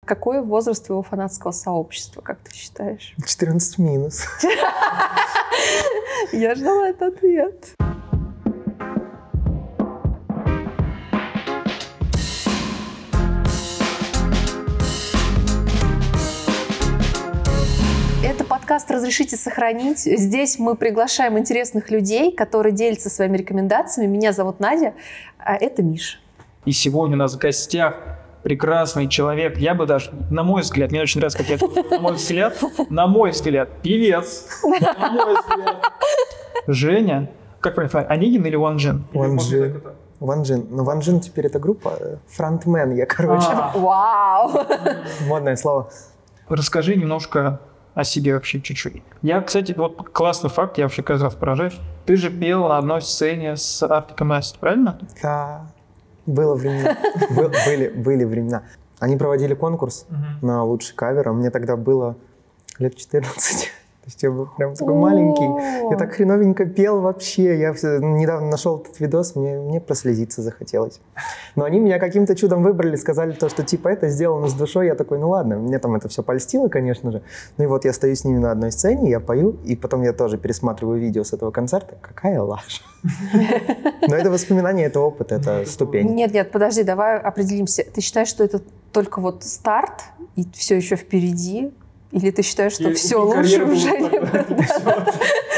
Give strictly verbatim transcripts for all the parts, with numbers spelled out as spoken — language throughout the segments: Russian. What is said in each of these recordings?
Какой возраст твоего фанатского сообщества, как ты считаешь? четырнадцать минус. Я ждала этот ответ. Это подкаст «Разрешите сохранить». Здесь мы приглашаем интересных людей, которые делятся своими рекомендациями. Меня зовут Надя, а это Миша. И сегодня у нас в гостях прекрасный человек. Я бы даже, на мой взгляд, мне очень нравится, как я... На мой взгляд, на мой взгляд, певец. На мой взгляд. Женя. Как правильно, Онегин или Ванжин? Ванжин. Ванжин. Ну, Ванжин теперь это группа. Фронтмен я, короче. Вау! Модное слово. Расскажи немножко о себе вообще чуть-чуть. Я, кстати, вот классный факт, я вообще каждый раз поражаюсь. Ты же пел на одной сцене с Arctic Monkeys, правильно? Да. Было времена. Был, были, были времена. Они проводили конкурс uh-huh. на лучший кавер, а мне тогда было лет четырнадцать. То есть я был прям такой маленький. Я так хреновенько пел вообще. Я все, недавно нашел этот видос, мне, мне прослезиться захотелось. Но они меня каким-то чудом выбрали, сказали то, что типа это сделано с душой. Я такой, ну ладно, мне там это все польстило, конечно же. Ну и вот я стою с ними на одной сцене, я пою, и потом я тоже пересматриваю видео с этого концерта. Какая ложь. Но это воспоминание, это опыт, это ступень. Нет, нет, подожди, давай определимся. Ты считаешь, что это только вот старт, и все еще впереди? Или ты считаешь, что и, все и лучше уже не будет?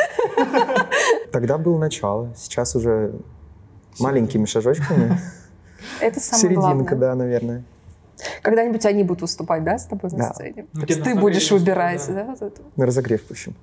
Тогда было начало, сейчас уже маленькими шажочками. Это самое главное. Серединка, да, наверное. Когда-нибудь они будут выступать, да, с тобой на да. сцене? Ну, ты, ты будешь выбирать, да? да вот на разогрев пущем.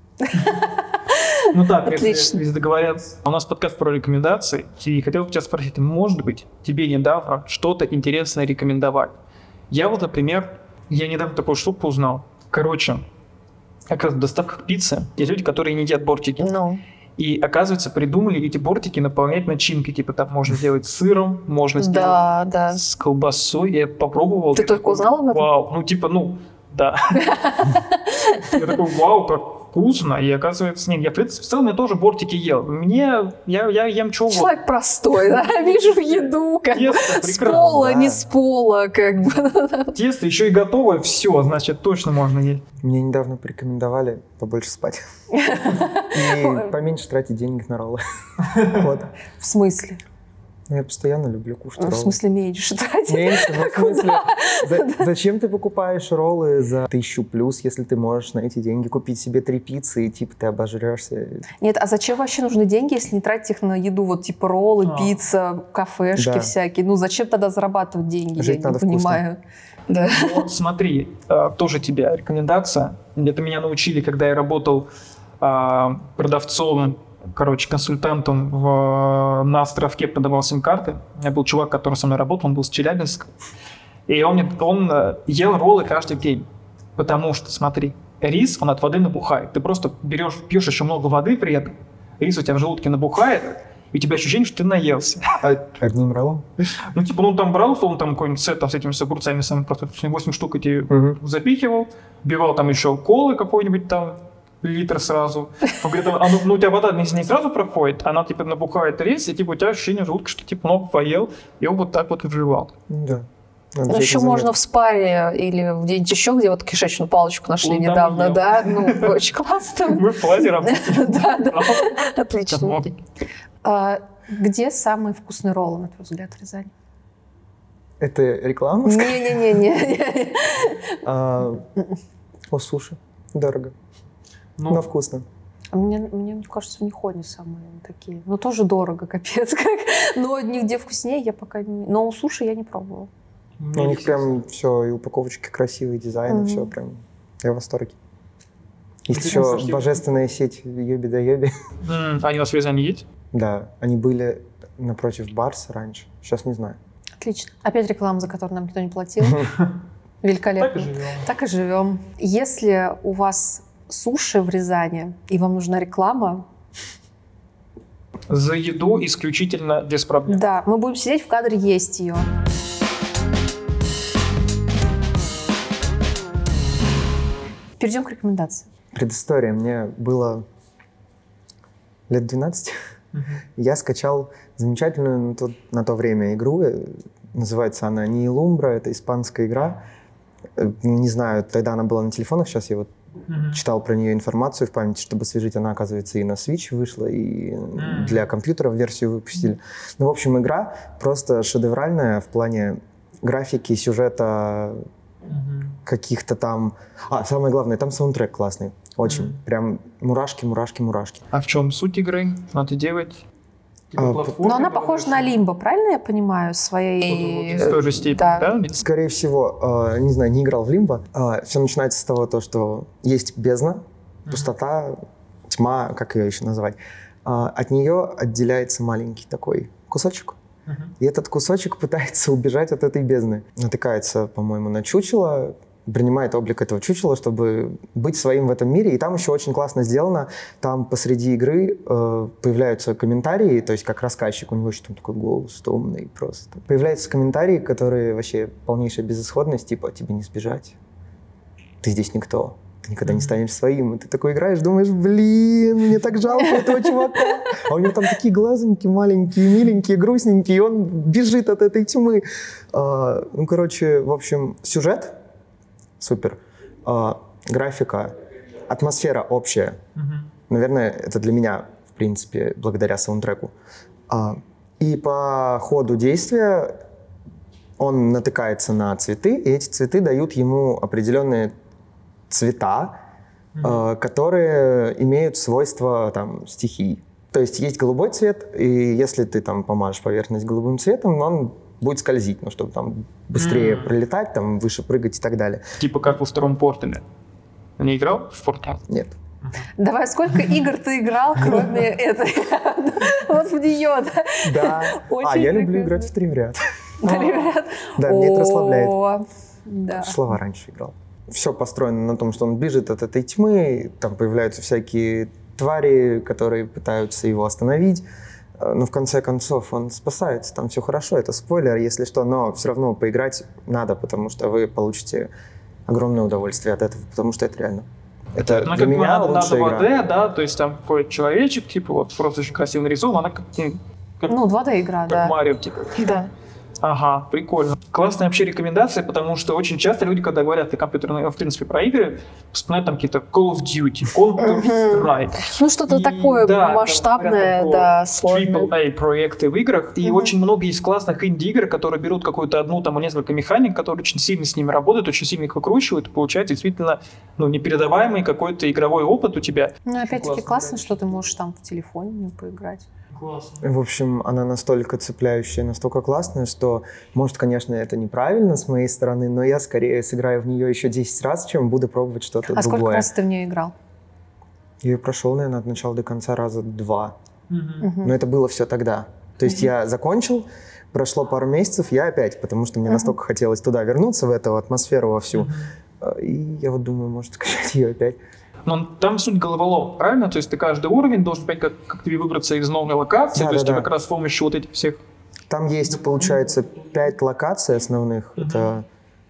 Ну так, если, если договорятся. У нас подкаст про рекомендации. И хотел бы тебя спросить, может быть, тебе недавно что-то интересное рекомендовать? Я вот, например, я недавно такую штуку узнал. Короче, как раз доставка пиццы. Есть люди, которые не едят бортики. No. И, оказывается, придумали эти бортики наполнять начинкой. Типа там можно сделать с сыром, можно сделать да, да. с колбасой. Я попробовал. Ты только узнал об этом? Вау, ну типа, ну, да. Я такой, вау, как вкусно. И оказывается, нет, я в целом я тоже бортики ел. Мне, я, я ем чего. Человек простой, да, вижу еду, как бы, с пола, не с пола, как бы. Тесто еще и готовое, все, значит, точно можно есть. Мне недавно порекомендовали побольше спать. И поменьше тратить денег на роллы. Вот. В смысле? Ну, я постоянно люблю кушать роллы. В смысле меньше тратить? Меньше, ну, в смысле, за, зачем ты покупаешь роллы за тысячу плюс, если ты можешь на эти деньги купить себе три пиццы и типа ты обожрешься? Нет, а зачем вообще нужны деньги, если не тратить их на еду? Вот типа роллы, а. пицца, кафешки да. всякие. Ну зачем тогда зарабатывать деньги? Жить я надо не понимаю. Да. Вот смотри, тоже тебе рекомендация. Это меня научили, когда я работал продавцом, короче, консультантом в, на островке продавал сим-карты. У меня был чувак, который со мной работал, он был с Челябинска. И он, он ел роллы каждый день. Потому что, смотри, рис, он от воды набухает. Ты просто берешь, пьешь еще много воды при этом. Рис у тебя в желудке набухает, и у тебя ощущение, что ты наелся. Одним роллом? Ну, типа, ну, там брал, он там какой-нибудь сет там, с этими с огурцами, сам просто восемь штук эти угу. запихивал, бивал там еще колы какой-нибудь там, литр сразу. Он говорит, а, ну, ну у тебя вода не, не сразу проходит, она типа набухает рис, и типа у тебя ощущение желудка, что типа много поел, и он вот так вот и вживал. Да. Ну, еще можно в спаре или где-нибудь еще, где вот кишечную палочку нашли ну, недавно, да? Ну, очень классно. Мы в плане работаем. Да, да. Отлично. Где самые вкусные роллы, на твой взгляд, в Рязани? Это реклама? Не-не-не. О, суши. Дорого. Ну, но вкусно. Мне, мне кажется, в Ниходе самые такие. Но тоже дорого, капец как. Но нигде вкуснее я пока не... Но у суши я не пробовала. Ну, у них прям все, и упаковочки красивые, дизайн, mm-hmm. все прям... Я в восторге. Есть еще слушайте, божественная сеть Йоби да Йоби. Mm, они у вас в Рязани есть? Да, они были напротив Барса раньше. Сейчас не знаю. Отлично. Опять реклама, за которую нам никто не платил. Великолепно. Так и живем. Так и живем. Если у вас суши в Рязани, и вам нужна реклама... За еду исключительно без проблем. Да, мы будем сидеть в кадре, есть ее. Перейдем к рекомендациям. Предыстория. Мне было лет двенадцать. Uh-huh. Я скачал замечательную на то, на то время игру. Называется она Нилумбра. Это испанская игра. Не знаю, тогда она была на телефонах, сейчас я вот mm-hmm. читал про нее информацию в памяти, чтобы освежить. Она, оказывается, и на Switch вышла, и mm-hmm. для компьютеров версию выпустили. Mm-hmm. Ну, в общем, игра просто шедевральная в плане графики, сюжета, mm-hmm. каких-то там... А, самое главное, там саундтрек классный. Очень. Mm-hmm. Прям мурашки, мурашки, мурашки. А в чем суть игры? Надо делать... А, но она похожа на Лимбо, правильно я понимаю? Своей... В той же степени, да? да? Скорее всего, э, не знаю, не играл в Лимбо. Э, все начинается с того, то, что есть бездна, пустота, тьма, как ее еще назвать. Э, от нее отделяется маленький такой кусочек. Uh-huh. И этот кусочек пытается убежать от этой бездны. Натыкается, по-моему, на чучело, принимает облик этого чучела, чтобы быть своим в этом мире. И там еще очень классно сделано. Там посреди игры э, появляются комментарии, то есть как рассказчик, у него еще там такой голос томный просто. Появляются комментарии, которые вообще полнейшая безысходность, типа «тебе не сбежать, ты здесь никто, ты никогда mm-hmm. не станешь своим». И ты такой играешь, думаешь, блин, мне так жалко этого чувака. А у него там такие глазоньки маленькие, миленькие, грустненькие, и он бежит от этой тьмы. А, ну, короче, в общем, сюжет супер. А, графика, атмосфера общая. Mm-hmm. Наверное, это для меня, в принципе, благодаря саундтреку. А, и по ходу действия он натыкается на цветы, и эти цветы дают ему определенные цвета, mm-hmm. а, которые имеют свойства там, стихий. То есть есть голубой цвет, и если ты там помажешь поверхность голубым цветом, он будет скользить, ну, чтобы там быстрее mm. пролетать, там, выше прыгать и так далее. Типа как во втором Портале. Не играл в Портал? Нет. Давай, сколько игр ты играл, кроме этой? Вот в нее, да? Да. А, я люблю играть в три в ряд. Три в ряд? Да, мне это расслабляет. Слова раньше играл. Все построено на том, что он бежит от этой тьмы, там появляются всякие твари, которые пытаются его остановить. Но в конце концов он спасается, там все хорошо, это спойлер, если что, но все равно поиграть надо, потому что вы получите огромное удовольствие от этого, потому что это реально. Это ну, для как меня надо, лучшая надо игра. два дэ, да, то есть там какой человечек, типа вот просто очень красиво нарисован, она как, как ну, два дэ игра, как да. Марио, типа. Да. Ага, прикольно. Классная вообще рекомендация, потому что очень часто люди, когда говорят о компьютерной, в принципе, про игры, вспоминают там какие-то Call of Duty, Counter-Strike. Ну, что-то и, такое да, масштабное, да, сложное. трипл эй проекты в играх. И mm-hmm. очень много есть классных инди-игр, которые берут какую-то одну, там, несколько механик, которые очень сильно с ними работают, очень сильно их выкручивают, и получается действительно ну, непередаваемый какой-то игровой опыт у тебя. Ну, опять-таки классно, что ты можешь там в телефоне поиграть. Классно. В общем, она настолько цепляющая, настолько классная, что, может, конечно, это неправильно с моей стороны, но я скорее сыграю в нее еще десять раз, чем буду пробовать что-то а другое. А сколько раз ты в нее играл? Я ее прошел, наверное, от начала до конца раза два. Mm-hmm. Но это было все тогда. То есть mm-hmm. я закончил, прошло пару месяцев, я опять, потому что мне mm-hmm. настолько хотелось туда вернуться, в эту атмосферу во всю. Mm-hmm. И я вот думаю, может, скачать ее опять. Но там суть головолом, правильно? То есть ты каждый уровень должен понять, как, как тебе выбраться из новой локации, да, то есть да, как да. раз с помощью вот этих всех... Там есть, получается, пять локаций основных. Uh-huh. Это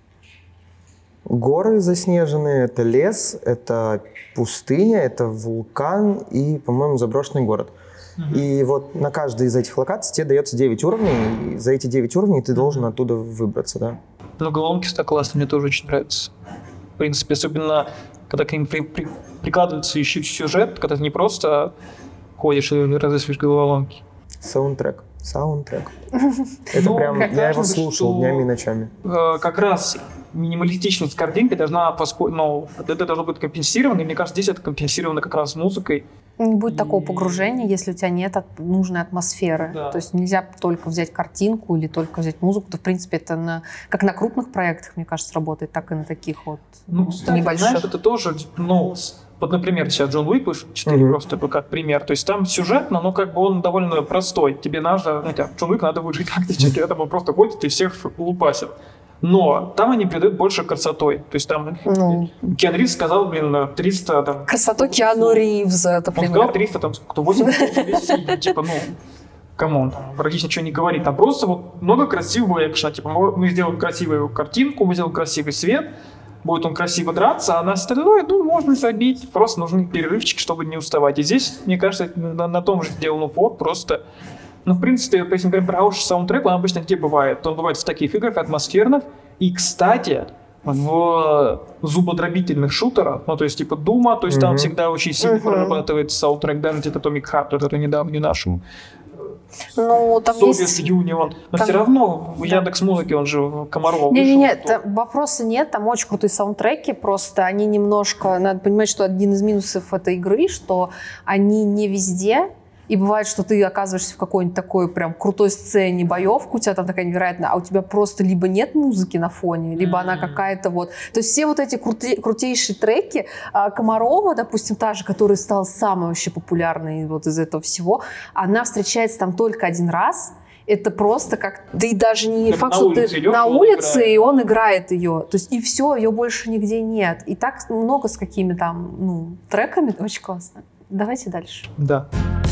горы заснеженные, это лес, это пустыня, это вулкан и, по-моему, заброшенный город. Uh-huh. И вот на каждой из этих локаций тебе дается девять уровней, и за эти девять уровней ты должен uh-huh. оттуда выбраться, да. Ну, головоломки так классно, мне тоже очень нравится. В принципе, особенно... когда к ним при, при, прикладывается еще сюжет, когда ты не просто ходишь и разыскиваешь головоломки. Саундтрек. Саундтрек. Это прям, я его слушал днями и ночами. Как раз минималистичность картинки должна, ну, это должно быть компенсировано, и мне кажется, здесь это компенсировано как раз музыкой. Не будет такого погружения, если у тебя нет нужной атмосферы. Да. То есть нельзя только взять картинку или только взять музыку. То, в принципе, это на, как на крупных проектах, мне кажется, работает, так и на таких вот ну, кстати, небольших. Знаешь, это тоже, ну, вот, например, сейчас Джон Уик четыре mm-hmm. просто как пример. То есть там сюжетно, но как бы он довольно простой. Тебе надо, ну, Джон Уик надо выжить фактически, это он просто ходит и всех лупасит. Но там они придают больше красотой. То есть там ну. Киану Ривз сказал, блин, триста там... Красоту Киану Ривза, например. Он сказал триста, там, кто восемьдесят, типа, ну, камон, практически ничего не говорит. Там просто вот много красивого экшена. Типа, мы сделаем красивую картинку, мы сделаем красивый свет, будет он красиво драться, а на остальное, ну, можно забить. Просто нужны перерывчики, чтобы не уставать. И здесь, мне кажется, на, на том же сделан упор, просто... Ну, в принципе, если мы говорим про хороший саундтрек, он обычно где бывает? Он бывает в таких играх атмосферных. И, кстати, в зубодробительных шутерах, ну, то есть, типа, Дума, то есть, mm-hmm. там всегда очень сильно mm-hmm. прорабатывает саундтрек, даже типа Atomic Heart, который недавно не нашел. Ну, там Soviet есть... Union. Но там... все равно в Яндекс.Музыке он же Комарова не, вышел. Не-не-не, вопроса нет, там очень крутые саундтреки, просто они немножко... Надо понимать, что один из минусов этой игры, что они не везде. И бывает, что ты оказываешься в какой-нибудь такой прям крутой сцене, боевку, у тебя там такая невероятная, а у тебя просто либо нет музыки на фоне, либо mm-hmm. она какая-то вот... То есть все вот эти крути- крутейшие треки, а, Комарова, допустим, та же, которая стала самой вообще популярной вот из этого всего, она встречается там только один раз. Это просто как... Да и даже не как факт, что ты идешь, на улице, играет. И он играет ее. То есть и все, ее больше нигде нет. И так много с какими там, ну, треками. Очень классно. Давайте дальше. Да.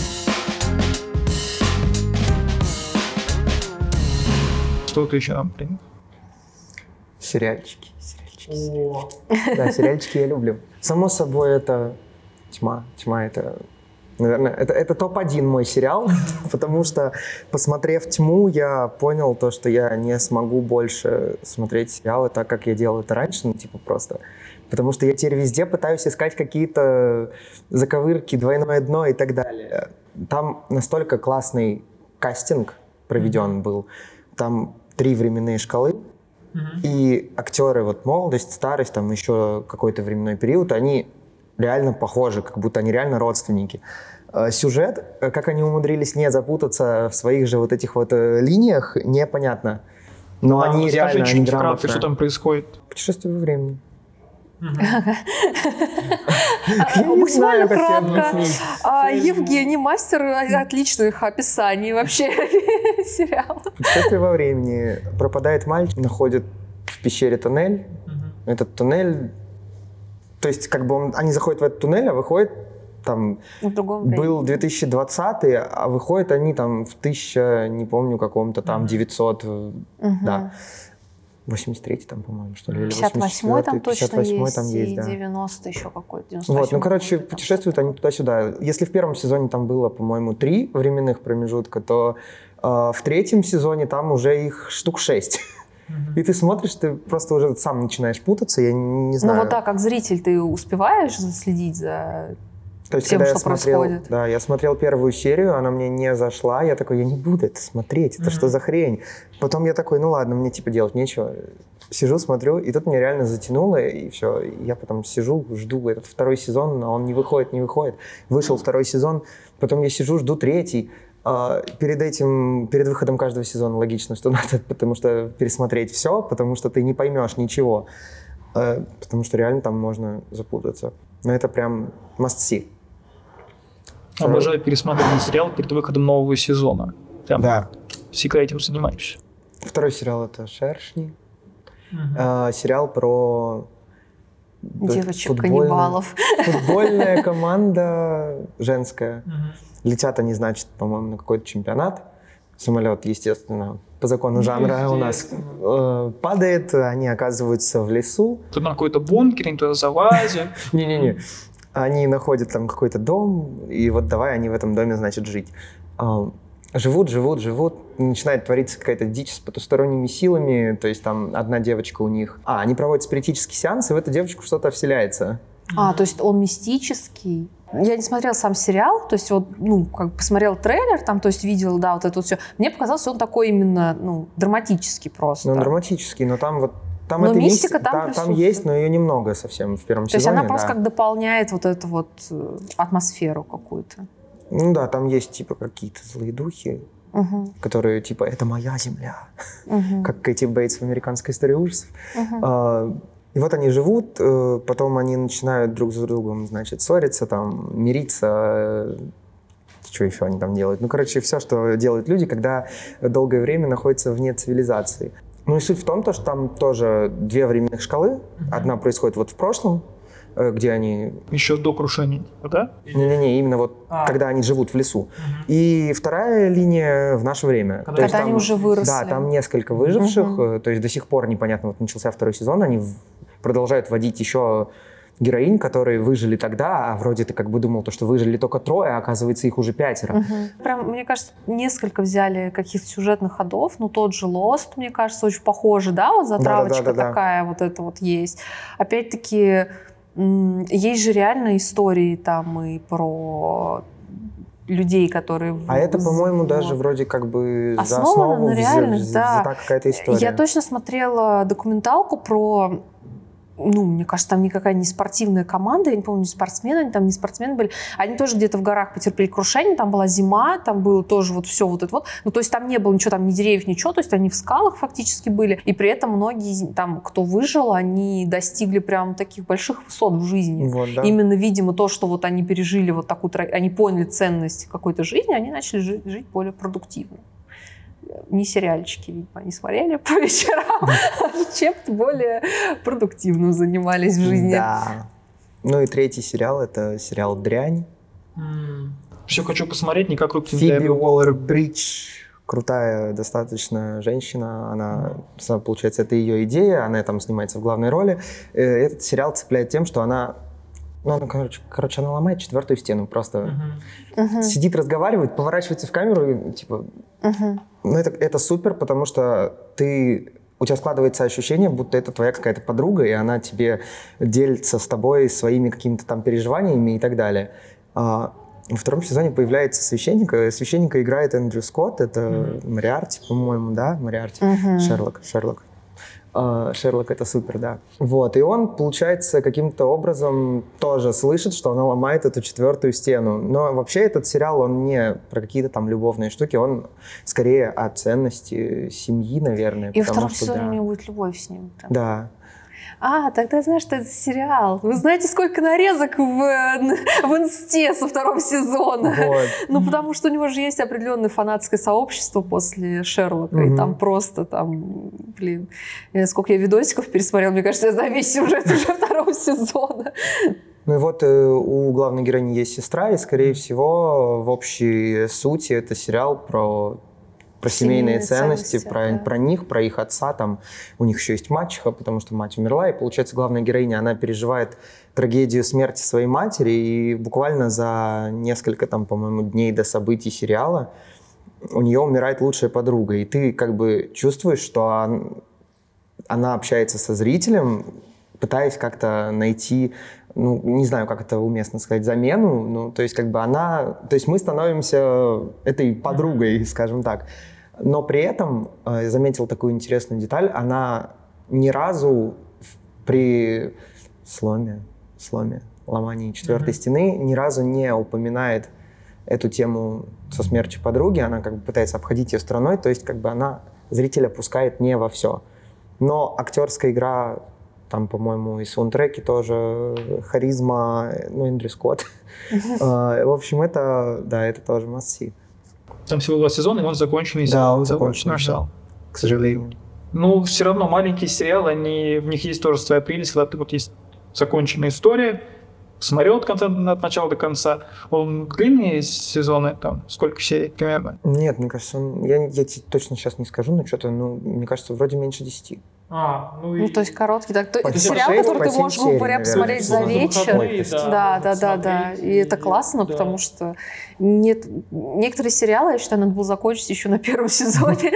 Что ты еще нам принес? Сериальчики. Сериальчики. Да, сериальчики я люблю. Само собой, это «Тьма». «Тьма» — это, наверное, это, это топ один мой сериал, потому что, посмотрев «Тьму», я понял то, что я не смогу больше смотреть сериалы так, как я делал это раньше, ну, типа просто... Потому что я теперь везде пытаюсь искать какие-то заковырки, двойное дно и так далее. Там настолько классный кастинг проведен был. Там три временные шкалы, mm-hmm. и актеры, вот молодость, старость, там еще какой-то временной период, они реально похожи, как будто они реально родственники. Сюжет, как они умудрились не запутаться в своих же вот этих вот линиях, непонятно. Но а, они реально, они грамотно. Что там происходит? Путешествие во времени. Максимально кратко. Евгений, мастер отличных описаний вообще сериала. Путешествие во времени. Пропадает мальчик, находит в пещере туннель. Этот туннель... То есть как бы он, они заходят в этот туннель, а выходят там... Был две тысячи двадцатый, а выходят они там в тысяча, не помню, каком-то там девятьсот... Да. восемьдесят третий там, по-моему, что ли, или пятьдесят восьмой там точно есть, там есть, и да. девяностый еще какой-то. Вот, ну, короче, путешествуют они туда-сюда. Если в первом сезоне там было, по-моему, три временных промежутка, то э, в третьем сезоне там уже их штук шесть. Mm-hmm. И ты смотришь, ты просто уже сам начинаешь путаться, я не, не знаю. Ну вот так, как зритель, ты успеваешь следить за... То есть, тем, когда что я смотрел, происходит. Да, я смотрел первую серию, она мне не зашла, я такой, я не буду это смотреть, это mm-hmm. что за хрень? Потом я такой, ну ладно, мне типа делать нечего. Сижу, смотрю, и тут меня реально затянуло, и все. Я потом сижу, жду этот второй сезон, а он не выходит, не выходит. Вышел второй сезон, потом я сижу, жду третий. А перед этим, перед выходом каждого сезона логично, что надо, потому что пересмотреть все, потому что ты не поймешь ничего. А, потому что реально там можно запутаться. Но это прям must see. Обожаю пересматривать сериал перед выходом нового сезона. Прям да. Всегда этим занимаешься. Второй сериал — это «Шершни». Uh-huh. А, сериал про... девочек-каннибалов. Футбольная команда женская. Uh-huh. Летят они, значит, по-моему, на какой-то чемпионат. Самолет, естественно, по закону жанра у нас э, падает. Они оказываются в лесу. Тут на какой-то бункер, они туда залазят. Не-не-не. Они находят там какой-то дом, и вот давай они в этом доме, значит, жить. Живут, живут, живут, начинает твориться какая-то дичь с потусторонними силами, то есть там одна девочка у них... А, они проводят спиритический сеанс, и в эту девочку что-то вселяется. А, то есть он мистический. Я не смотрела сам сериал, то есть вот, ну, как бы посмотрела трейлер, там, то есть видела, да, вот это вот все. Мне показалось, что он такой именно, ну, драматический просто. Ну, он драматический, но там вот... Там но эта мистика мистика, там, там, там есть, но ее немного совсем в первом то сезоне. То есть она просто да. как дополняет вот эту вот атмосферу какую-то. Ну да, там есть типа какие-то злые духи, угу. которые типа «это моя земля», угу. как Кэти Бейтс в «Американской истории ужасов». Угу. А, и вот они живут, потом они начинают друг с другом, значит, ссориться, там, мириться, что еще они там делают. Ну, короче, все, что делают люди, когда долгое время находятся вне цивилизации. Ну и суть в том, что там тоже две временных шкалы. Mm-hmm. Одна происходит вот в прошлом, где они... Еще до крушения, да? Не-не-не, именно вот а. когда они живут в лесу. Mm-hmm. И вторая линия в наше время. Когда, когда они там, уже выросли. Да, там несколько выживших, mm-hmm. то есть до сих пор непонятно, вот начался второй сезон, они продолжают вводить еще героинь, которые выжили тогда, а вроде ты как бы думал, то, что выжили только трое, а оказывается, их уже пятеро. Угу. Прям, мне кажется, несколько взяли каких-то сюжетных ходов. Ну, тот же Lost, мне кажется, очень похоже, да, вот затравочка да, да, да, да. такая вот это вот есть. Опять-таки, есть же реально истории там и про людей, которые... А это, по-моему, вот. даже вроде как бы Основано за основу на реальность, да. взята какая-то история. Я точно смотрела документалку про... Ну, мне кажется, там никакая не спортивная команда, я не помню, не спортсмены, они там не спортсмены были. Они тоже где-то в горах потерпели крушение, там была зима, там было тоже вот все вот это вот. Ну, то есть там не было ничего, там ни деревьев, ничего, то есть они в скалах фактически были. И при этом многие там, кто выжил, они достигли прям таких больших высот в жизни. Вот, да. Именно, видимо, то, что вот они пережили вот такую, они поняли ценность какой-то жизни, они начали жить, жить более продуктивно. Не сериальчики, видимо, не смотрели по вечерам, а чем-то более продуктивным занимались в жизни. Да. Ну и третий сериал — это сериал «Дрянь». Все хочу посмотреть, никак руки не Фиби дают. Уоллер-Бридж. Крутая достаточно женщина. Она, получается, это ее идея, она там снимается в главной роли. Этот сериал цепляет тем, что она... Ну, она, короче, короче, она ломает четвертую стену. Просто Uh-huh. сидит, разговаривает, поворачивается в камеру и, типа... Uh-huh. Ну, это, это супер, потому что ты... У тебя складывается ощущение, будто это твоя какая-то подруга, и она тебе делится с тобой своими какими-то там переживаниями и так далее. А во втором сезоне появляется священник. Священника играет Эндрю Скотт. Это mm-hmm. Мориарти, по-моему, да? Мориарти. Mm-hmm. Шерлок. Шерлок. А, Шерлок — это супер, да. Вот. И он, получается, каким-то образом тоже слышит, что она ломает эту четвертую стену. Но вообще этот сериал, он не про какие-то там любовные штуки, он скорее о ценности семьи, наверное. И во втором что, сезоне да. у нее будет любовь с ним. Прям. Да. А, тогда знаешь, что это сериал. Вы знаете, сколько нарезок в, в инсте со второго сезона? Вот. Ну, потому что у него же есть определенное фанатское сообщество после Шерлока. Mm-hmm. И там просто, там, блин, сколько я видосиков пересмотрела, мне кажется, я знаю весь сюжет уже второго сезона. Ну и вот э, у главной героини есть сестра, и, скорее всего, в общей сути это сериал про... Про семейные, семейные ценности, ценности про, да. про них, про их отца. Там у них еще есть мачеха, потому что мать умерла. И, получается, главная героиня, она переживает трагедию смерти своей матери. И буквально за несколько, там, по-моему, дней до событий сериала у нее умирает лучшая подруга. И ты как бы чувствуешь, что он, она общается со зрителем, пытаясь как-то найти... Ну, не знаю, как это уместно сказать, замену. Ну, то есть, как бы она... То есть мы становимся этой подругой, скажем так. Но при этом, э, я заметил такую интересную деталь, она ни разу при сломе, сломе, ломании четвертой mm-hmm. стены ни разу не упоминает эту тему со смертью подруги. Она как бы пытается обходить ее стороной. То есть, как бы она зрителя пускает не во все. Но актерская игра... Там, по-моему, и саундтреки тоже, харизма, ну, Эндрю Скотт. Uh-huh. В общем, это, да, это тоже must-see. Там всего два сезона, и он законченный. Да, он законченный сериал, к сожалению. Ну, все равно маленькие сериалы, они, в них есть тоже своя прелесть, когда ты, вот есть законченная история, смотрел от, конца, от начала до конца. Он длинные сезоны, там, сколько серий примерно? Нет, мне кажется, он, я, я тебе точно сейчас не скажу, но что-то, ну, мне кажется, вроде меньше десяти. А, ну, и... ну, то есть короткий. Так, то, это сериал, шесть, который ты можешь серий, прям посмотреть за вечер. Выходные, да, да, да, да. И это классно, да. Потому что нет, некоторые сериалы, я считаю, надо было закончить еще на первом сезоне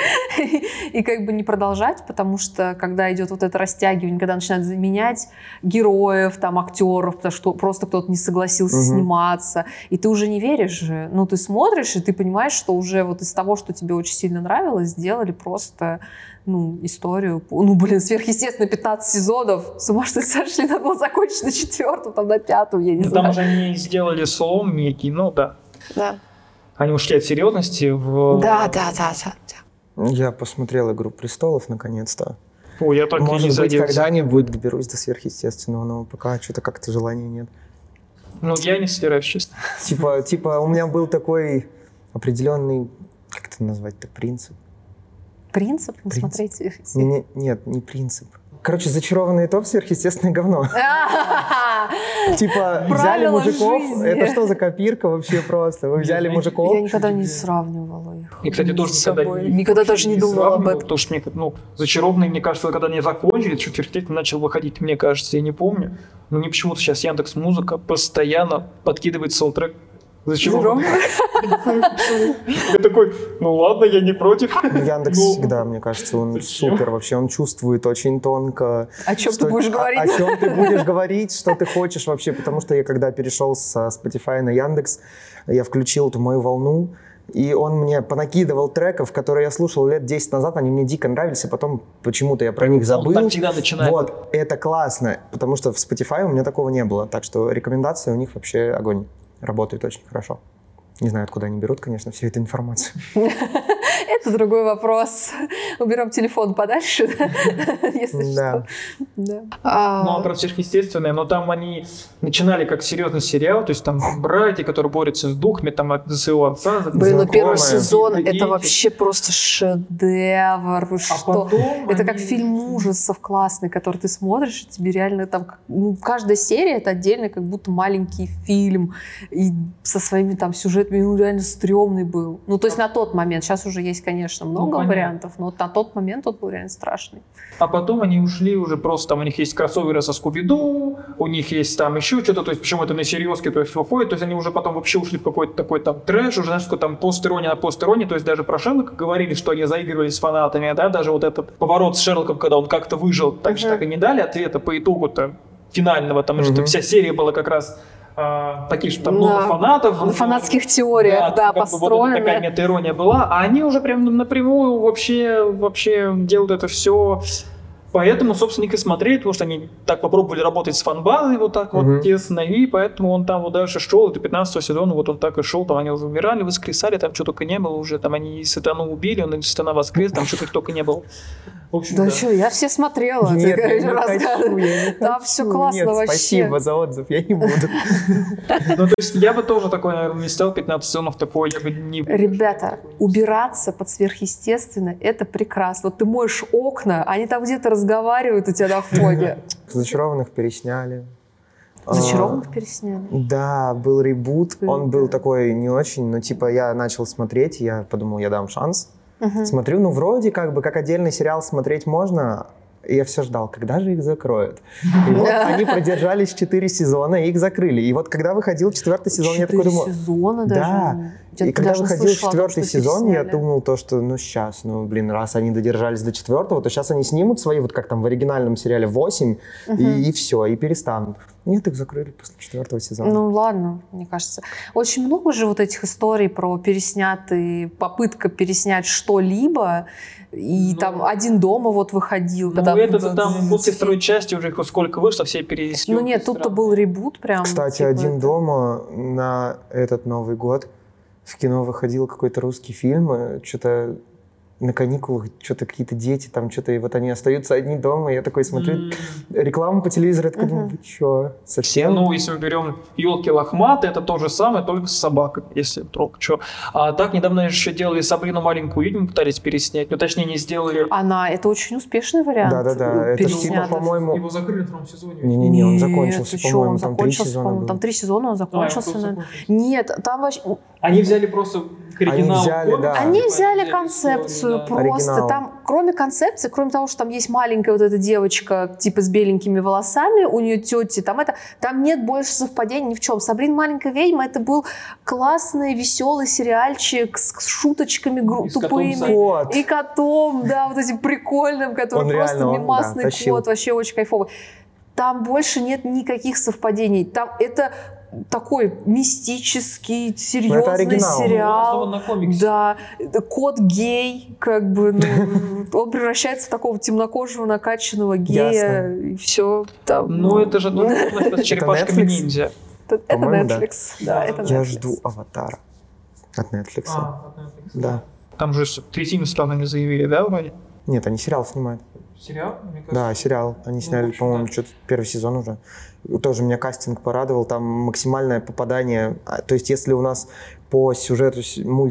и как бы не продолжать, потому что когда идет вот это растягивание, когда начинают заменять героев, там, актеров, потому что просто кто-то не согласился сниматься, и ты уже не веришь же. Ну, ты смотришь, и ты понимаешь, что уже вот из того, что тебе очень сильно нравилось, сделали просто... ну, историю. Ну, блин, сверхъестественно, пятнадцать сезонов. С ума что сошли, надо было закончить на четвертом, там, на пятом, я не ну, знаю. Там же они сделали слом некий, ну, да. Да. Они ушли от серьезности в... Да, да, да, да. да. Я посмотрел «Игру престолов» наконец-то. О, я так Может и не быть, заделся. когда-нибудь доберусь до сверхъестественного, но пока что-то как-то желания нет. Ну, я не собираюсь, честно. Типа, типа, у меня был такой определенный, как это назвать-то, принцип. Принцип? Не принцип. смотреть? Не, не, нет, не принцип. Короче, зачарованный топ — сверхъестественное говно. Типа, взяли мужиков, это что за копирка вообще просто? Вы взяли мужиков. Я никогда не сравнивала их. И, кстати, тоже никогда, никогда даже не думала об этом. Потому что, ну, зачарованные, мне кажется, когда они закончили, что сверхъестественно начал выходить, мне кажется, я не помню. Но мне почему-то сейчас Яндекс.Музыка постоянно подкидывает саундтрек. Зачем? Я такой, ну ладно, я не против. Яндекс всегда, мне кажется, он супер вообще, он чувствует очень тонко. О чем ты будешь говорить? О чем ты будешь говорить, что ты хочешь вообще, потому что я когда перешел со Spotify на Яндекс, я включил эту мою волну, и он мне понакидывал треков, которые я слушал лет десять назад, они мне дико нравились, а потом почему-то я про них забыл. Он так всегда начинает. Вот, это классно, потому что в Spotify у меня такого не было, так что рекомендации у них вообще огонь. Работают очень хорошо. Не знаю, откуда они берут, конечно, всю эту информацию. Это другой вопрос. Уберем телефон подальше, если что. Ну, а про сверхъестественное, но там они начинали как серьезный сериал, то есть там братья, которые борются с духами, там от своего отца. Блин, ну первый сезон, это вообще просто шедевр. Вы что? Это как фильм ужасов классный, который ты смотришь, и тебе реально там... Каждая серия — это отдельно как будто маленький фильм, и со своими там сюжетами, ну реально стрёмный был. Ну то есть на тот момент, сейчас уже есть, конечно, много ну, вариантов, но на тот момент он был реально страшный. А потом они ушли уже просто, там у них есть кроссоверы со Скуби-Ду, у них есть там еще что-то, то есть почему это на серьезке, то есть фофой, то есть они уже потом вообще ушли в какой-то такой там трэш, уже знаешь, какой там постерония на постеронии, то есть даже про Шерлока говорили, что они заигрывали с фанатами, да, даже вот этот поворот с Шерлоком, когда он как-то выжил, так же uh-huh. так и не дали ответа по итогу-то финального, там uh-huh. что вся серия была как раз Uh, такие, что там да. много фанатов. На фанатских теориях, да, да построены. Вот такая мета-ирония была, а они уже прям напрямую вообще, вообще делают это все. Поэтому, собственно, их и смотрели, потому что они так попробовали работать с фан-базой вот так uh-huh. вот тесно, и поэтому он там вот дальше шел, до пятнадцатого сезона вот он так и шел, там они уже умирали, воскресали, там что только не было уже, там они Сатану убили, он Сатана воскрес, там что-то только не было. В общем, да, да что, я все смотрела. Нет, я не хочу, я не Там все классно вообще. Спасибо за отзыв, я не буду. Ну, то есть я бы тоже такой, наверное, не стал пятнадцать сезонов такой, я бы не... Ребята, убираться под сверхъестественное — это прекрасно. Вот ты моешь окна, они там где-то разговаривают у тебя на фоне. Зачарованных пересняли. Зачарованных пересняли? Да, был ребут, он был такой не очень, но типа я начал смотреть, я подумал, я дам шанс. Uh-huh. Смотрю, ну вроде как бы как отдельный сериал смотреть можно, и я все ждал, когда же их закроют. И вот они продержались четыре сезона, и их закрыли. И вот когда выходил четвертый сезон, я такой думал... сезона даже? Да. И когда выходил четвертый сезон, я думал то, что ну сейчас, ну блин, раз они додержались до четвертого, то сейчас они снимут свои, вот как там в оригинальном сериале, восемь, uh-huh. и, и все, и перестанут. Нет, их закрыли после четвертого сезона. Ну ладно, мне кажется. Очень много же вот этих историй про переснятые, попытка переснять что-либо, и ну, там «Один дома» вот выходил. Ну когда это там после второй части уже сколько вышло, все перенесли. Ну нет, тут-то был ребут прям. Кстати, типа «Один это... дома» на этот Новый год в кино выходил какой-то русский фильм, что-то на каникулах, что-то какие-то дети, там что-то, и вот они остаются одни дома, и я такой смотрю mm. рекламу по телевизору, я такой uh-huh. думаю, вы что, совсем? Ну, если мы берем «Елки лохматые», это то же самое, только с собакой, если вдруг что. А так, недавно еще делали «Сабрину маленькую ведьму», пытались переснять, ну, точнее, не сделали. Она, это очень успешный вариант. Да-да-да, это типа, по-моему... Его закрыли в втором сезоне. Не-не-не, он закончился, Нет, по-моему, он там три сезона было. Там три сезона он закончился. А, Нет, там вообще... Они взяли просто к оригиналу. Они взяли, да. Они взяли концепцию да. просто. Оригинал. Там, кроме концепции, кроме того, что там есть маленькая вот эта девочка, типа с беленькими волосами, у нее тети, там это, там нет больше совпадений ни в чем. «Сабрина маленькая ведьма» — это был классный, веселый сериальчик с шуточками гру- и тупыми. Котом. И котом, да, вот этим прикольным, который он просто реально, мемасный он, да, кот, вообще очень кайфовый. Там больше нет никаких совпадений. Там это... такой мистический, серьезный сериал. На да, кот гей, как бы, ну, он превращается в такого темнокожего, накачанного гея, Ясно. И все. Там, ну, это же с черепашками ниндзя. Это Netflix. Да, это Я жду «Аватара» от Netflix. А, от Netflix. Да. Там же третину страны не заявили, да, вроде? Нет, они сериал снимают. Сериал? Мне кажется, да, сериал. Они сняли, ну, по-моему, да. что-то первый сезон уже. Тоже меня кастинг порадовал. Там максимальное попадание. То есть, если у нас по сюжету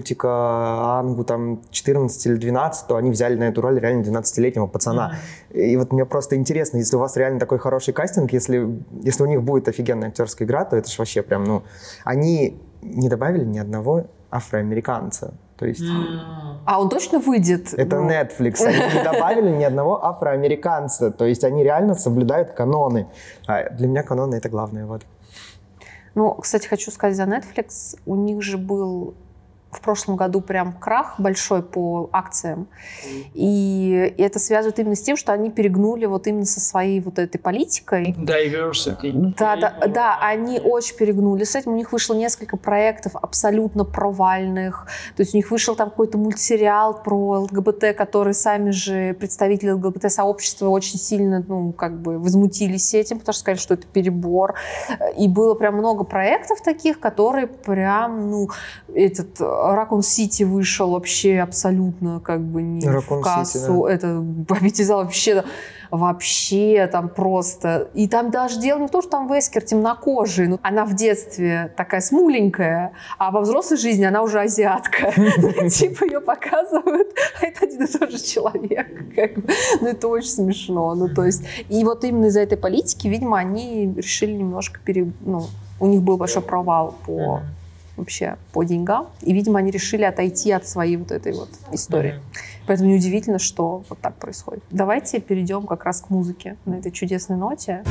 мультика Ангу там четырнадцать или двенадцать, то они взяли на эту роль реально двенадцатилетнего пацана. Mm-hmm. И вот мне просто интересно, если у вас реально такой хороший кастинг, если, если у них будет офигенная актерская игра, то это же вообще прям, ну... Они не добавили ни одного афроамериканца. То есть... А он точно выйдет? Это ну... Netflix. Они не добавили ни одного афроамериканца. То есть они реально соблюдают каноны. А для меня каноны — это главное. Вот. Ну, кстати, хочу сказать за Netflix. У них же был в прошлом году прям крах большой по акциям. И это связывает именно с тем, что они перегнули вот именно со своей вот этой политикой. Diversity. Да, да, да, они очень перегнули с этим. У них вышло несколько проектов абсолютно провальных. То есть у них вышел там какой-то мультсериал про ЛГБТ, который сами же представители ЛГБТ-сообщества очень сильно, ну, как бы возмутились этим, потому что сказали, что это перебор. И было прям много проектов таких, которые прям, ну, этот Raccoon City вышел вообще абсолютно как бы не Raccoon в кассу. City, да. Это победитель вообще, вообще там просто. И там даже дело не в том, что там Вескер темнокожий. Ну, она в детстве такая смугленькая, а во взрослой жизни она уже азиатка. Типа ее показывают, а это один и тот же человек. Ну, это очень смешно. Ну, то есть, и вот именно из-за этой политики, видимо, они решили немножко пере... Ну, у них был большой провал по... вообще по деньгам. И, видимо, они решили отойти от своей вот этой вот истории. Mm-hmm. Поэтому неудивительно, что вот так происходит. Давайте перейдем как раз к музыке на этой чудесной ноте.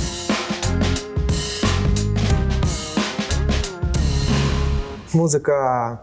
Музыка...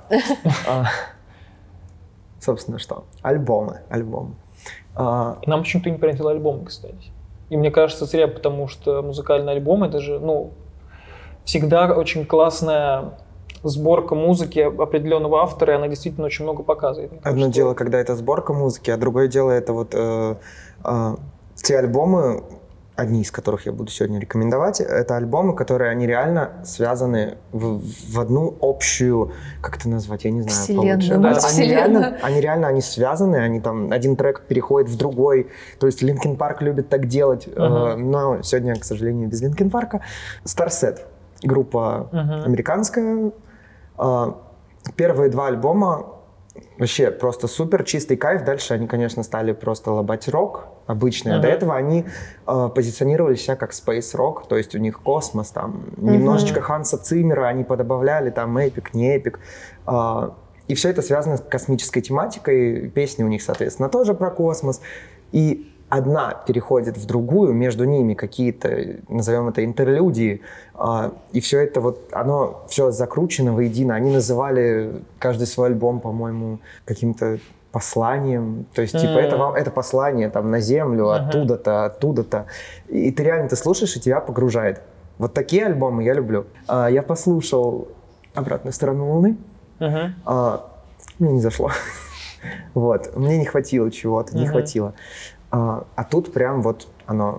Собственно, что? Альбомы. Альбомы. Нам почему-то не приносил альбомы, кстати. И мне кажется, зря, потому что музыкальный альбом — это же, ну, всегда очень классная сборка музыки определенного автора, и она действительно очень много показывает. Одно что... дело, когда это сборка музыки, а другое дело, это вот э, э, те альбомы, одни из которых я буду сегодня рекомендовать, это альбомы, которые они реально связаны в, в одну общую, как это назвать, я не знаю. Вселенную, Да, они, вселенную. реально, они реально они связаны, они там, один трек переходит в другой, то есть Linkin Park любит так делать, uh-huh. э, но сегодня, к сожалению, без Linkin Park. Starset, группа uh-huh. американская. Первые два альбома вообще просто супер, чистый кайф. Дальше они, конечно, стали просто лобать рок обычный. Uh-huh. А до этого они э, позиционировали себя как space rock, то есть у них космос, там uh-huh. немножечко Ханса Циммера они подобавляли, там эпик, не эпик. Э, и все это связано с космической тематикой. Песни у них, соответственно, тоже про космос. И одна переходит в другую, между ними какие-то, назовем это, интерлюдии, э, и все это вот, оно все закручено воедино. Они называли каждый свой альбом, по-моему, каким-то посланием, то есть, mm-hmm. типа, это, вам, это послание там на землю, uh-huh. оттуда-то, оттуда-то, и ты реально ты слушаешь, и тебя погружает. Вот такие альбомы я люблю. Э, я послушал «Обратную сторону Луны», uh-huh. э, мне не зашло, вот, мне не хватило чего-то, не uh-huh. хватило. А, а тут прям вот оно,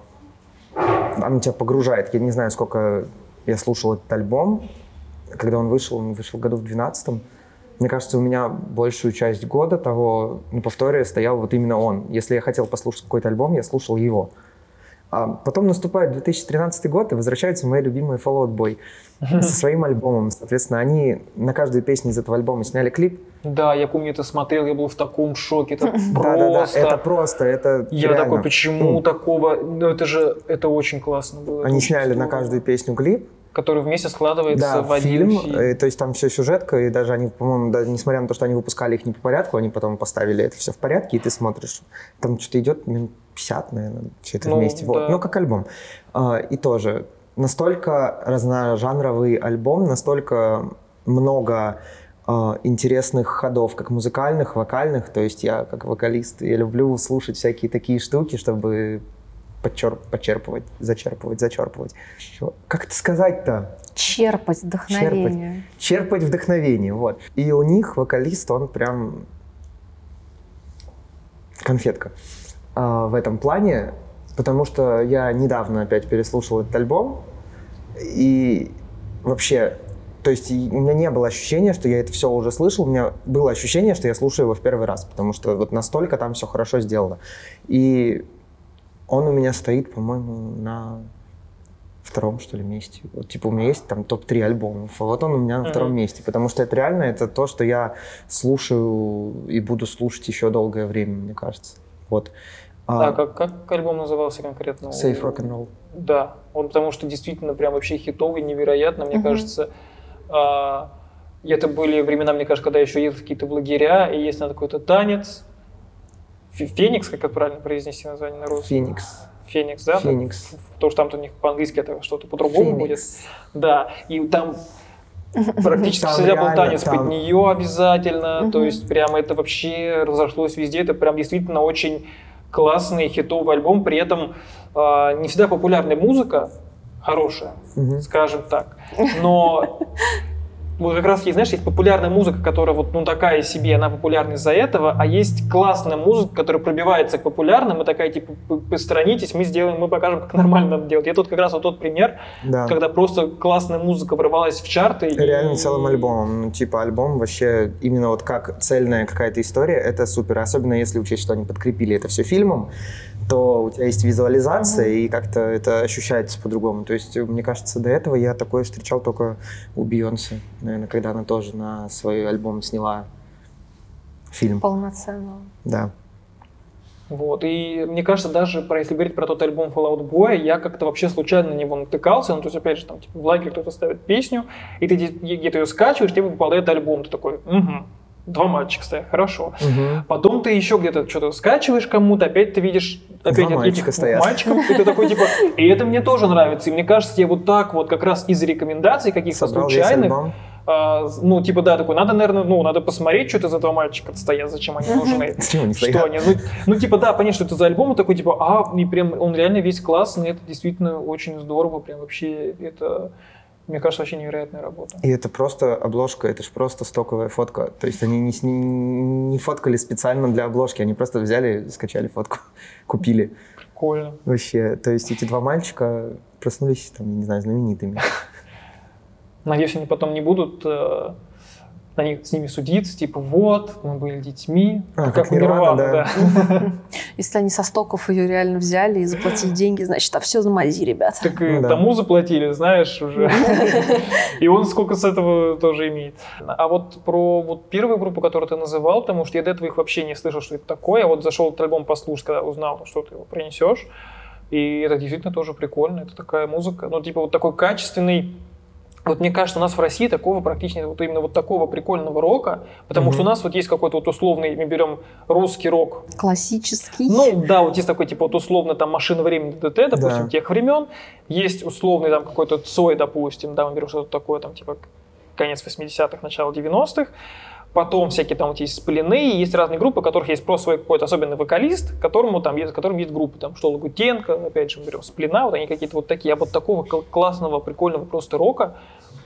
оно тебя погружает. Я не знаю, сколько я слушал этот альбом. Когда он вышел, он вышел году в двенадцатом. Мне кажется, у меня большую часть года того на повторе стоял вот именно он. Если я хотел послушать какой-то альбом, я слушал его. А потом наступает две тысячи тринадцатый год, и возвращаются мои любимые Fall Out Boy со своим альбомом. Соответственно, они на каждую песню из этого альбома сняли клип. Да, я помню, это смотрел, я был в таком шоке. Это просто... Да-да-да, это просто, это Я реально. такой, почему такого? Ну, это же, это очень классно было. Они сняли на каждую песню клип. Который вместе складывается да, в один фильм. фильм. И, то есть там все сюжетка, и даже они, по-моему, да, несмотря на то, что они выпускали их не по порядку, они потом поставили это все в порядке, и ты смотришь. Там что-то идет минут пятьдесят, наверное, все это ну, вместе. Да. Вот. Ну, как альбом. А, и тоже настолько разножанровый альбом, настолько много а, интересных ходов, как музыкальных, вокальных. То есть я, как вокалист, я люблю слушать всякие такие штуки, чтобы Подчерп, подчерпывать, зачерпывать, зачерпывать. Как это сказать-то? Черпать вдохновение. Черпать, черпать вдохновение, вот. И у них вокалист, он прям конфетка а, в этом плане, потому что я недавно опять переслушал этот альбом, и вообще, то есть у меня не было ощущения, что я это все уже слышал, у меня было ощущение, что я слушаю его в первый раз, потому что вот настолько там все хорошо сделано. И он у меня стоит, по-моему, на втором, что ли, месте. Вот, типа, у меня есть там топ три альбомов, а вот он у меня на втором uh-huh. месте. Потому что это реально, это то, что я слушаю и буду слушать еще долгое время, мне кажется. Вот. А, а как, как альбом назывался конкретно? Safe Rock and Roll. Да, он потому что действительно прям вообще хитовый, невероятно, мне uh-huh. кажется. А, И это были времена, мне кажется, когда я еще ездил в какие-то лагеря, и есть надо какой-то танец. Феникс, как это правильно произнести название на русском? Феникс. Феникс, да? Феникс. Потому что там у них по-английски это что-то по-другому будет. Да, и там практически Там всегда был реально, танец там- под нее обязательно. Мгм. То есть прямо это вообще разошлось везде. Это прям действительно очень классный хитовый альбом. При этом э, не всегда популярная музыка хорошая, Мгм. скажем так. Но вот как раз есть, знаешь, есть популярная музыка, которая вот ну такая себе, она популярна из-за этого, а есть классная музыка, которая пробивается к популярным, и такая типа «П- посторонитесь, мы сделаем, мы покажем, как нормально надо делать». И тут как раз вот тот пример, Да. когда просто классная музыка ворвалась в чарты. и- Реально целым альбомом. Ну, типа альбом вообще именно вот как цельная какая-то история, это супер. Особенно если учесть, что они подкрепили это все фильмом, то у тебя есть визуализация, и как-то это ощущается по-другому. То есть, мне кажется, до этого я такое встречал только у Бейонсе, наверное, когда она тоже на свой альбом сняла фильм. Полноценного. Да. Вот, и мне кажется, даже про, если говорить про тот альбом Fall Out Boy, я как-то вообще случайно на него натыкался, ну, то есть, опять же, там, типа, в лагере кто-то ставит песню, и ты где- где-то ее скачиваешь, тебе выпадает альбом, ты такой, угу, два мальчика стоят, хорошо. Мгм. Потом ты еще где-то что-то скачиваешь кому-то, опять ты видишь опять Два от мальчика этих стоят. мальчиков, и ты такой, типа, и это мне тоже нравится, и мне кажется, я вот так вот как раз из рекомендаций каких-то Собрал весь случайных, альбом. а, ну, типа, да, такой, надо, наверное, ну, надо посмотреть, что это за два мальчика стоят, зачем они нужны. Зачем они Что стоят? они? Ну, ну, типа, да, понятно, что это за альбом, и такой, типа, а, и прям, он реально весь классный, это действительно очень здорово, прям вообще, это, мне кажется, вообще невероятная работа. И это просто обложка, это же просто стоковая фотка. То есть они не, сни- не фоткали специально для обложки, они просто взяли, скачали фотку, купили. Прикольно. Вообще, то есть эти два мальчика проснулись, там, я не знаю, знаменитыми. Надеюсь, они потом не будут э, на них, с ними судиться, типа, вот, мы были детьми, А, как, как у Нирвана, Нирваны, да. да. Если они со стоков ее реально взяли и заплатили деньги, значит, а все на мази, ребята. Так и Ну да. тому заплатили, знаешь, уже. И он сколько с этого тоже имеет. А вот про вот первую группу, которую ты называл, потому что я до этого их вообще не слышал, что это такое. Я вот зашел этот альбом послушать, когда узнал, что ты его принесешь. И это действительно тоже прикольно. Это такая музыка, ну, типа вот такой качественный. Вот мне кажется, у нас в России такого практически, вот именно вот такого прикольного рока, потому Мгм. что у нас вот есть какой-то вот условный, мы берем русский рок. Классический. Ну да, вот есть такой типа вот условно там «Машина времени» ДДТ, допустим, Да. тех времен. Есть условный там какой-то Цой, допустим, да, мы берем что-то такое там типа конец восьмидесятых, начало девяностых. Потом всякие там вот есть сплены, и есть разные группы, у которых есть просто свой какой-то особенный вокалист, которому там есть, которым есть группы, там что Лагутенко, опять же, мы берем сплена, вот они какие-то вот такие. А вот такого кл- классного, прикольного просто рока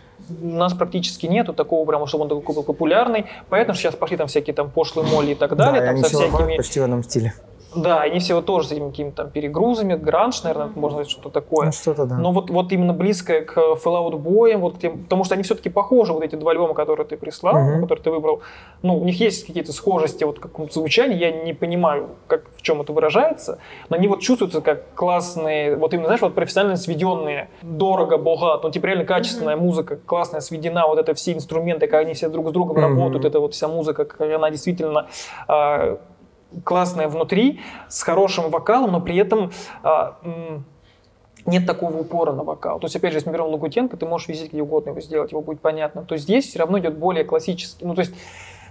у нас практически нету, такого прямо, чтобы он такой был популярный. Понятно, что сейчас пошли там всякие там пошлые молли и так Да, далее, и там они со все выходят всякими... почти в одном стиле. Да, они все вот тоже с этими какими-то там перегрузами, гранж, наверное, можно сказать, что-то такое. Ну, что-то, да. Но вот, вот именно близкое к Fall Out Boy, вот к тем, потому что они все-таки похожи, вот эти два альбома, которые ты прислал, Мгм. которые ты выбрал. Ну, у них есть какие-то схожести вот в каком-то звучании, я не понимаю, как, в чем это выражается, но они вот чувствуются как классные, вот именно, знаешь, вот профессионально сведенные, дорого, богато, ну, типа реально качественная музыка, классная сведена, вот это все инструменты, как они все друг с другом Мгм. работают, это вот вся музыка, как она действительно... а, классная внутри, с хорошим вокалом, но при этом а, м, нет такого упора на вокал. То есть, опять же, если мы берем Лагутенко, ты можешь везде где угодно его сделать, его будет понятно. То есть здесь все равно идет более классический. Ну, то есть,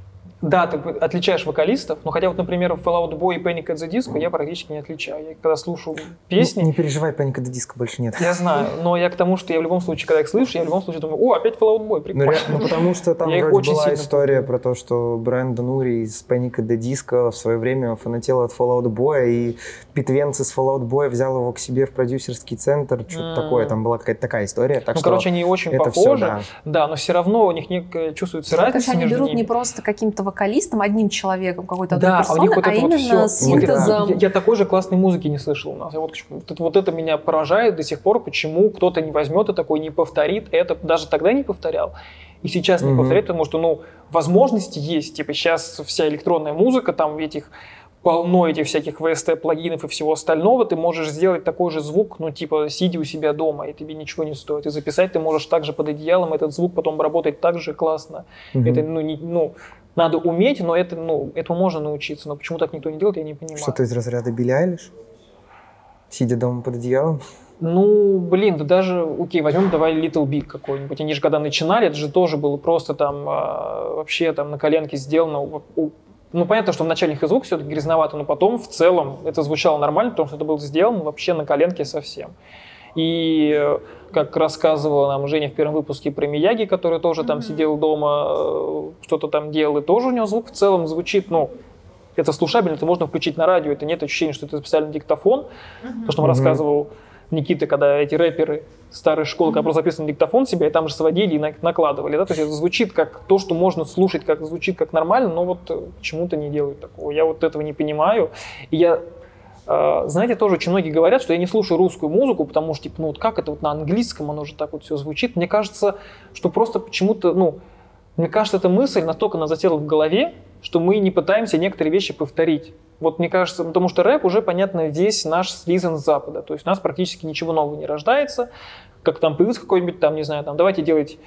да, ты отличаешь вокалистов, но хотя вот, например, в Fall Out Boy и Panic at the Disco я практически не отличаю. Я когда слушаю песни, Не, не переживай, Паника до диска больше нет. я знаю, но я к тому, что я в любом случае, когда их слышу, я в любом случае думаю, о, опять Fall Out Boy, Ну, прикольно. ре- ну, потому что там Я их вроде очень была сильно история про то, что Брэндон Ури из Panic at the Disco в свое время фанател от Fall Out Boy, и Пит Венц из Fall Out Boy взял его к себе в продюсерский центр, что-то М. такое, там была какая-то такая история. Так Ну, что короче, они очень это похожи, всё, да. да, но все равно у них некая чувствуется разница Короче, они между берут ними. не просто каким-то вокалистом, одним человеком, какой-то Да, одной а у них персоной, вот а это вот именно все. с синтезом. Я, я такой же классной музыки не слышал у нас. Я вот, вот, это- вот это меня поражает до сих пор, почему кто-то не возьмет и такой не повторит это. Даже тогда не повторял. И сейчас не Мгм. повторяет, потому что, ну, возможности есть. Типа сейчас вся электронная музыка, там этих полно этих всяких ви эс ти-плагинов и всего остального, ты можешь сделать такой же звук, ну, типа, сидя у себя дома, и тебе ничего не стоит. И записать ты можешь также под одеялом, этот звук потом работает так же классно. Мгм. Это, ну, не, ну, надо уметь, но это, ну, этому можно научиться. Но почему так никто не делает, я не понимаю. Что-то из разряда Билли Айлиш? Сидя дома под одеялом? Ну, блин, да даже, окей, возьмем давай Little Big какой-нибудь. Они же когда начинали, это же тоже было просто там а, вообще там на коленке сделано. Ну, понятно, что вначале их и звук все-таки грязновато, но потом в целом это звучало нормально, потому что это было сделано вообще на коленке совсем. И как рассказывала нам Женя в первом выпуске про Мияги, который тоже mm-hmm. там сидел дома, что-то там делал, и тоже у него звук в целом звучит, ну, это слушабельно, это можно включить на радио, это нет ощущения, что это специальный диктофон. Mm-hmm. То, что он mm-hmm. рассказывал Никита, когда эти рэперы старой школы, когда просто записывали диктофон себе, и там же сводили и накладывали, да, то есть это звучит как то, что можно слушать, как звучит как нормально, но вот почему-то не делают такого. Я вот этого не понимаю. И я, э, знаете, тоже очень многие говорят, что я не слушаю русскую музыку, потому что, типа, ну вот как это вот на английском оно же так вот все звучит. Мне кажется, что просто почему-то, ну, мне кажется, эта мысль настолько нас засела в голове, что мы не пытаемся некоторые вещи повторить. Вот мне кажется, потому что рэп уже, понятно, весь наш слизан с Запада. То есть у нас практически ничего нового не рождается. Как там появился какой-нибудь там, не знаю, там, давайте делать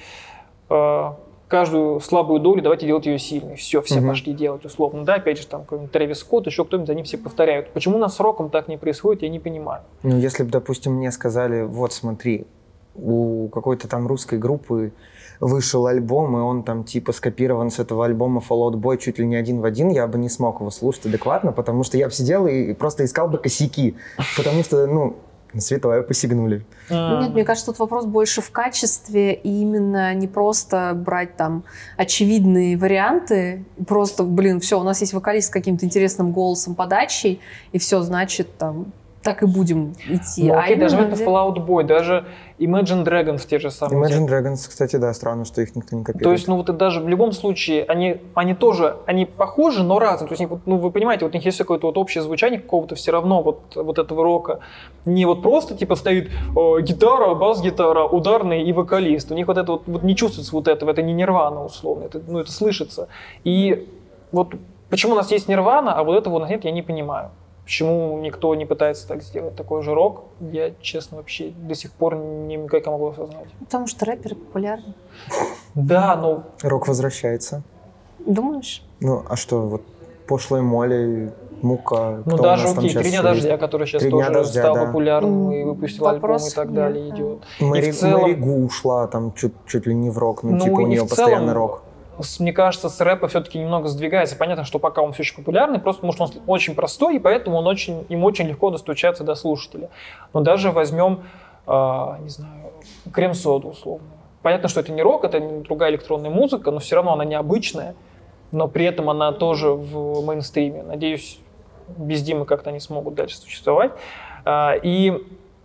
э, каждую слабую долю, давайте делать ее сильной. Все, все mm-hmm. пошли делать условно. Да, опять же, там какой-нибудь Трэвис Скотт, еще кто-нибудь, они все повторяют. Почему у нас с роком так не происходит, я не понимаю. Ну, если бы, допустим, мне сказали, вот смотри, у какой-то там русской группы вышел альбом, и он там типа скопирован с этого альбома Fall Out Boy чуть ли не один в один, я бы не смог его слушать адекватно, потому что я бы сидел и просто искал бы косяки, потому что, ну, святое посигнули. Нет, мне кажется, тут вопрос больше в качестве, и именно не просто брать там очевидные варианты, просто, блин, все, у нас есть вокалист с каким-то интересным голосом, подачей, и все, значит, там, так и будем идти. Ну, а окей, даже именно... это Fall Out Boy, даже Imagine Dragons те же самые. Imagine Dragons, кстати, да, странно, что их никто не копирует. То есть, ну вот и даже в любом случае, они, они тоже, они похожи, но разные. То есть, ну вы понимаете, вот у них есть какое-то вот общее звучание какого-то все равно вот, вот этого рока. Не вот просто типа стоит э, гитара, бас-гитара, ударный и вокалист. У них вот это вот, вот не чувствуется вот этого, это не Нирвана условно, это, ну это слышится. И вот почему у нас есть Нирвана, а вот этого у нас нет, я не понимаю. Почему никто не пытается так сделать такой же рок, я, честно, вообще до сих пор никак не могу осознать. Потому что рэперы популярны. Да, но... Рок возвращается. Думаешь? Ну, а что, вот пошлая Молли, Мука, ну, кто даже, у нас окей, там «Три дня есть? дождя», который сейчас «Три тоже дождя», стал да. популярным и выпустил Вопрос альбом и так нет, далее, да. идет. Мэри, и в целом... Мэри Гу ушла там чуть, чуть ли не в рок, ну, ну типа у и нее в постоянно целом, рок. Мне кажется, с рэпа все-таки немного сдвигается. Понятно, что пока он все еще популярный, просто потому что он очень простой, и поэтому он очень, им очень легко достучаться до слушателя. Но даже возьмем, э, не знаю, крем-соду условно. Понятно, что это не рок, это не другая электронная музыка, но все равно она необычная, но при этом она тоже в мейнстриме. Надеюсь, без Димы как-то они смогут дальше существовать. Э, и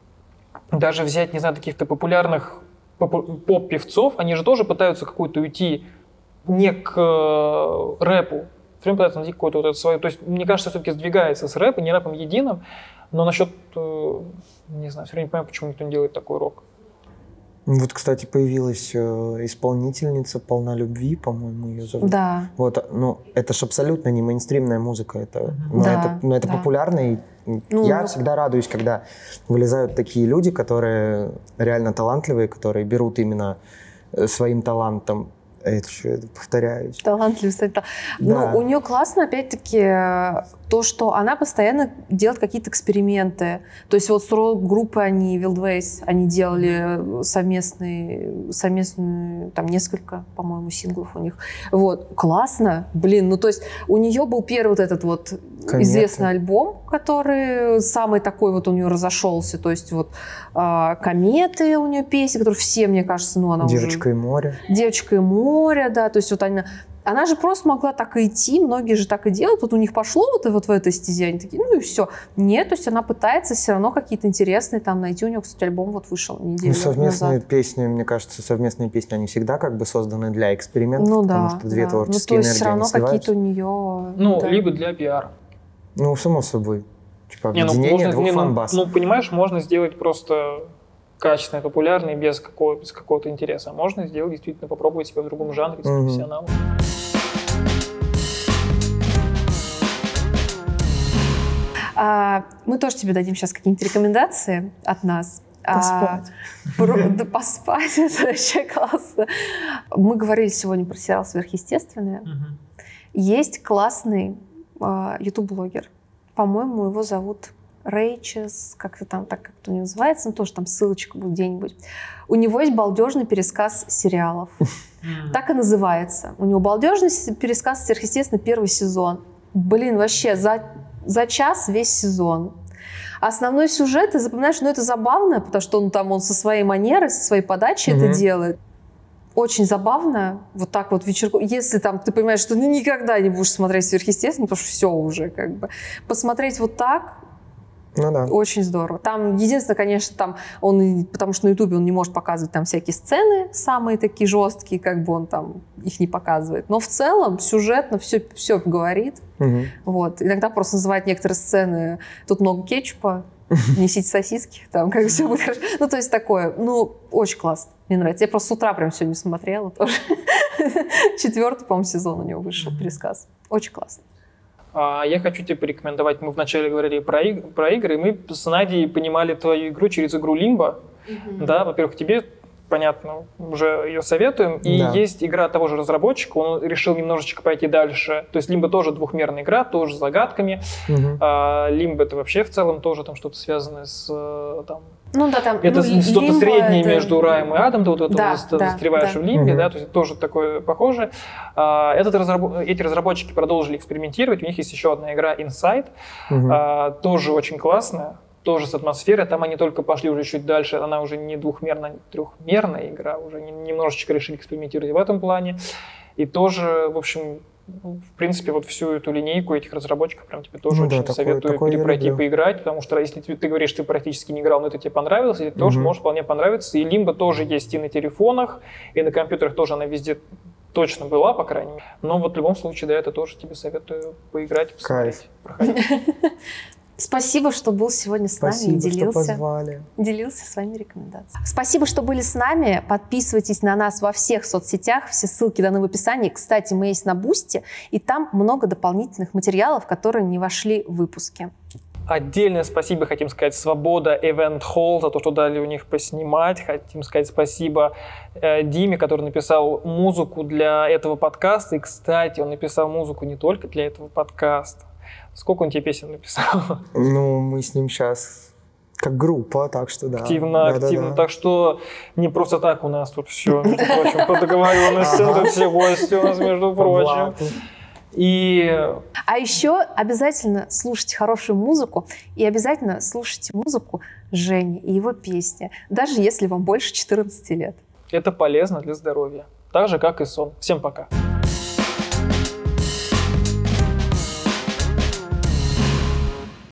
даже взять, не знаю, каких-то популярных поп-певцов, они же тоже пытаются какую-то уйти не к э, рэпу, все время пытаются найти какую-то вот эту свою... То есть, мне кажется, все-таки сдвигается с рэпом, не рэпом единым, но насчет, э, не знаю, все время не понимаю, почему никто не делает такой рок. Вот, кстати, появилась э, исполнительница «Полна любви», по-моему, ее зовут. Да. Вот, ну, это ж абсолютно не мейнстримная музыка, это, но да, это, но это да. популярно, и ну, я ну... всегда радуюсь, когда вылезают такие люди, которые реально талантливые, которые берут именно своим талантом. Это что, я повторяюсь. Талантливый, кстати. Да. Но у нее классно, опять-таки, то, что она постоянно делает какие-то эксперименты. То есть вот с рок-группы они, Wildways, они делали совместные, совместные, там несколько, по-моему, синглов у них. Вот, классно, блин, ну то есть у нее был первый вот этот вот Кометы. Известный альбом, который самый такой вот у нее разошелся, то есть вот э, «Кометы» у нее песни, которые все, мне кажется, ну она «Девочка уже... и море». «Девочка и море», да, то есть вот она... Она же просто могла так и идти, многие же так и делают. Вот у них пошло вот, вот в этой стезе, они такие, ну и все. Нет, то есть она пытается все равно какие-то интересные там найти. У нее, кстати, альбом вот вышел неделю ну, совместные назад. песни, мне кажется, совместные песни, они всегда как бы созданы для экспериментов, ну, потому да, что две да. творческие ну, то есть энергии, все равно они сливаются. какие-то у нее... Ну, да. либо для пиара. Ну, само собой. Типа Не, ну, объединение можно, двух не, ну, фан-баз. ну, понимаешь, можно сделать просто качественный, популярный, без, какого, без какого-то интереса. А можно сделать, действительно, попробовать себя в другом жанре, с Мгм. профессионалом. А, мы тоже тебе дадим сейчас какие-нибудь рекомендации от нас. Поспать. А, про, да поспать, это вообще классно. Мы говорили сегодня про сериал «Сверхъестественное». Угу. Есть классный а, ютуб-блогер. По-моему, его зовут Рейчес, как-то там так как-то не называется, ну тоже там ссылочка будет где-нибудь. У него есть балдежный пересказ сериалов. Так и называется. У него балдежный пересказ сверхъестественно первый сезон. Блин, вообще за, за час весь сезон. Основной сюжет, ты запоминаешь, ну это забавно, потому что он там он со своей манерой, со своей подачей mm-hmm. это делает. Очень забавно, вот так вот вечерком. Если там ты понимаешь, что ты никогда не будешь смотреть сверхъестественно, потому что все уже как бы. Посмотреть вот так, ну, да. очень здорово. Там единственное, конечно, там он, потому что на Ютубе он не может показывать там всякие сцены самые такие жесткие, как бы он там их не показывает. Но в целом сюжетно все, все говорит. Угу. Вот. Иногда просто называют некоторые сцены, тут много кетчупа, несите сосиски, там как все будет хорошо. Ну, то есть такое, ну, очень классно. Мне нравится. Я просто с утра прям сегодня смотрела тоже. Четвертый, по-моему, сезон у него вышел, пересказ. Очень классно. Я хочу тебе порекомендовать, мы вначале говорили про, иг- про игры, и мы с Надей понимали твою игру через игру Limbo. Mm-hmm. Да, во-первых, тебе, понятно, уже ее советуем. И да. есть игра того же разработчика, он решил немножечко пойти дальше. То есть Limbo тоже двухмерная игра, тоже с загадками. Mm-hmm. А Limbo это вообще в целом тоже там что-то связанное с... Там, ну да, там... это ну, что-то Limbo среднее это... между раем и адом, ты вот это да, вот да, застреваешь да. в Limbo, Mm-hmm. да, то есть тоже такое похоже. А, этот разраб... Эти разработчики продолжили экспериментировать, у них есть еще одна игра Inside, mm-hmm. а, тоже очень классная. Тоже с атмосферой, там они только пошли уже чуть дальше, она уже не двухмерная, не трехмерная игра, уже немножечко решили экспериментировать в этом плане. И тоже, в общем, в принципе, вот всю эту линейку этих разработчиков прям тебе тоже ну, очень да, советую такое, такое перепройти, поиграть, потому что если ты, ты говоришь, ты практически не играл, но это тебе понравилось, и тоже угу. может вполне понравиться. И Limbo тоже есть и на телефонах, и на компьютерах тоже она везде точно была, по крайней мере. Но вот в любом случае, да, это тоже тебе советую поиграть, посмотреть, проходить. Спасибо, что был сегодня с Спасибо, нами и делился, что позвали. делился своими рекомендациями. Спасибо, что были с нами. Подписывайтесь на нас во всех соцсетях. Все ссылки даны в описании. Кстати, мы есть на Бусти, и там много дополнительных материалов, которые не вошли в выпуски. Отдельное спасибо хотим сказать Свобода Event Hall за то, что дали у них поснимать. Хотим сказать спасибо э, Диме, который написал музыку для этого подкаста. И, кстати, он написал музыку не только для этого подкаста. Сколько он тебе песен написал? Ну, мы с ним сейчас как группа, так что да. Активно, да, активно. Да, да. Так что не просто так у нас тут все, между прочим, по договоренности, тут все гости у нас, между прочим. И... А еще обязательно слушайте хорошую музыку и обязательно слушайте музыку Жени и его песни, даже если вам больше четырнадцати лет. Это полезно для здоровья, так же, как и сон. Всем пока.